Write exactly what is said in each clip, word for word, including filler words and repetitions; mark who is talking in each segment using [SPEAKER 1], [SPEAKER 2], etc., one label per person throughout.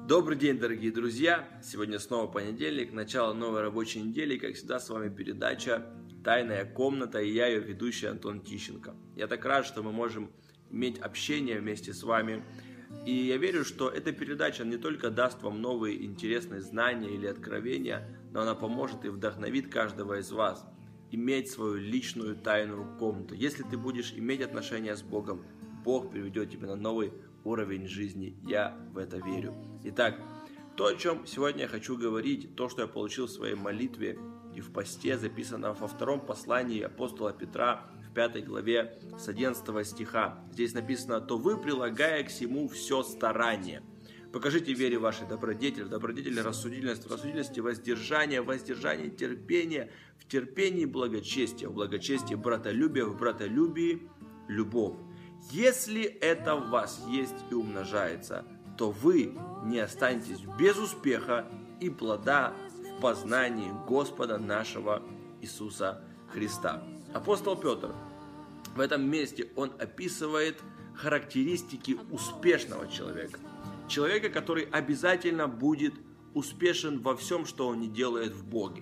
[SPEAKER 1] Добрый день, дорогие друзья! Сегодня снова понедельник, начало новой рабочей недели. Как всегда, с вами передача «Тайная комната» и я, ее ведущий Антон Тищенко. Я так рад, что мы можем иметь общение вместе с вами. И я верю, что эта передача не только даст вам новые интересные знания или откровения, но она поможет и вдохновит каждого из вас иметь свою личную тайную комнату. Если ты будешь иметь отношения с Богом, Бог приведет тебя на новый уровень жизни. Я в это верю. Итак, то, о чем сегодня я хочу говорить, то, что я получил в своей молитве и в посте, записано во втором послании апостола Петра в пятой главе с одиннадцатого стиха. Здесь написано: «То вы, прилагая к всему все старание, покажите вере вашей добродетель, в добродетели рассудительность, в рассудительности воздержание, в воздержании терпение, в терпении благочестие, в благочестии братолюбие, в братолюбии любовь. Если это в вас есть и умножается, то вы не останетесь без успеха и плода в познании Господа нашего Иисуса Христа». Апостол Петр в этом месте, он описывает характеристики успешного человека. Человека, который обязательно будет успешен во всем, что он не делает в Боге.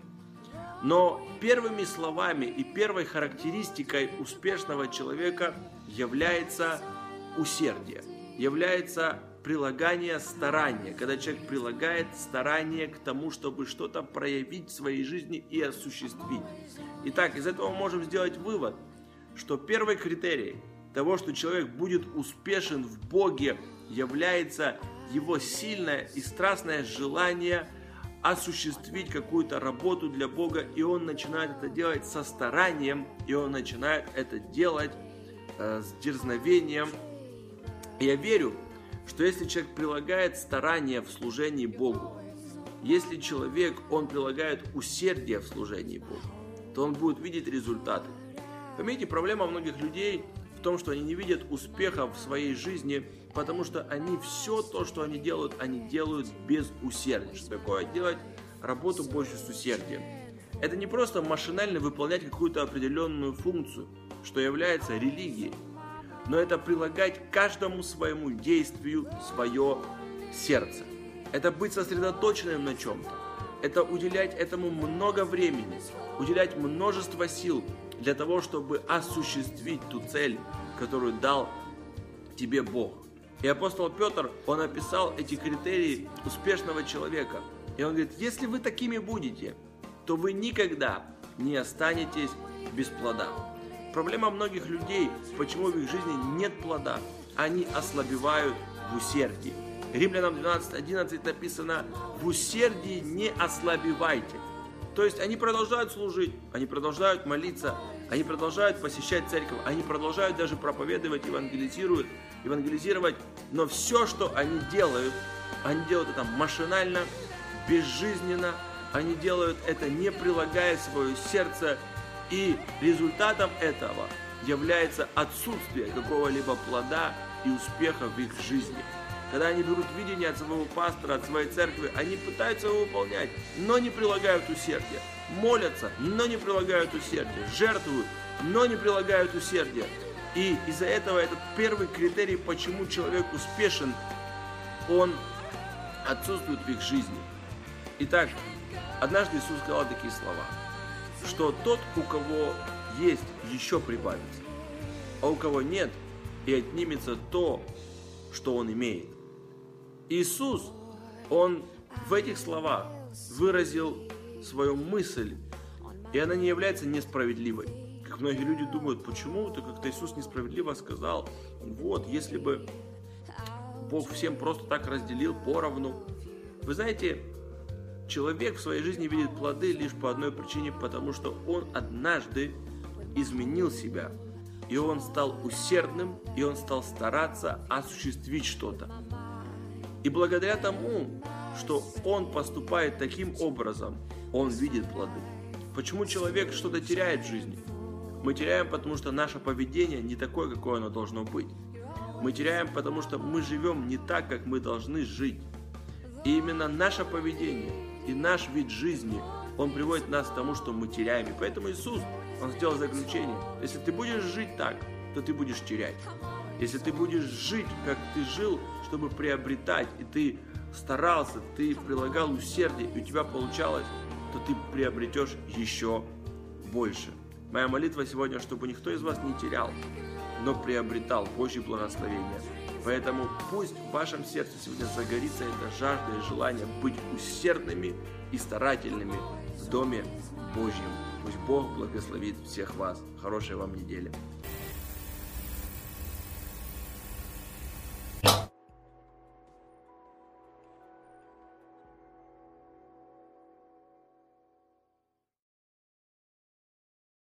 [SPEAKER 1] Но первыми словами и первой характеристикой успешного человека является усердие, является прилагание старания, когда человек прилагает старание к тому, чтобы что-то проявить в своей жизни и осуществить. Итак, из этого мы можем сделать вывод, что первый критерий того, что человек будет успешен в Боге, является его сильное и страстное желание осуществить какую-то работу для Бога, и он начинает это делать со старанием, и он начинает это делать э, с дерзновением. И я верю, что если человек прилагает старание в служении Богу, если человек, он прилагает усердие в служении Богу, то он будет видеть результаты. Поймите, проблема многих людей в том, что они не видят успеха в своей жизни, потому что они все то, что они делают, они делают без усердия. Что такое делать работу больше с усердием? Это не просто машинально выполнять какую-то определенную функцию, что является религией, но это прилагать к каждому своему действию свое сердце. Это быть сосредоточенным на чем-то. Это уделять этому много времени, уделять множество сил для того, чтобы осуществить ту цель, которую дал тебе Бог. И апостол Петр, он описал эти критерии успешного человека. И он говорит: если вы такими будете, то вы никогда не останетесь без плода. Проблема многих людей, почему в их жизни нет плода, они ослабевают в усердии. Римлянам двенадцать одиннадцать написано: в усердии не ослабевайте. То есть они продолжают служить, они продолжают молиться, они продолжают посещать церковь, они продолжают даже проповедовать, евангелизируют, евангелизировать, но все, что они делают, они делают это машинально, безжизненно, они делают это, не прилагая свое сердце, и результатом этого является отсутствие какого-либо плода и успеха в их жизни. Когда они берут видение от своего пастора, от своей церкви, они пытаются его выполнять, но не прилагают усердия. Молятся, но не прилагают усердия. Жертвуют, но не прилагают усердия. И из-за этого этот первый критерий, почему человек успешен, он отсутствует в их жизни. Итак, однажды Иисус сказал такие слова, что тот, у кого есть, еще прибавится, а у кого нет, и отнимется то, что он имеет. Иисус, он в этих словах выразил свою мысль, и она не является несправедливой. Как многие люди думают, почему-то как-то Иисус несправедливо сказал: вот, если бы Бог всем просто так разделил поровну. Вы знаете, человек в своей жизни видит плоды лишь по одной причине, потому что он однажды изменил себя, и он стал усердным, и он стал стараться осуществить что-то. И благодаря тому, что он поступает таким образом, он видит плоды. Почему человек что-то теряет в жизни? Мы теряем, потому что наше поведение не такое, какое оно должно быть. Мы теряем, потому что мы живем не так, как мы должны жить. И именно наше поведение и наш вид жизни, он приводит нас к тому, что мы теряем. И поэтому Иисус, он сделал заключение: если ты будешь жить так, то ты будешь терять. Если ты будешь жить, как ты жил, чтобы приобретать, и ты старался, ты прилагал усердие, и у тебя получалось, то ты приобретешь еще больше. Моя молитва сегодня, чтобы никто из вас не терял, но приобретал Божье благословение. Поэтому пусть в вашем сердце сегодня загорится эта жажда и желание быть усердными и старательными в Доме Божьем. Пусть Бог благословит всех вас. Хорошей вам недели.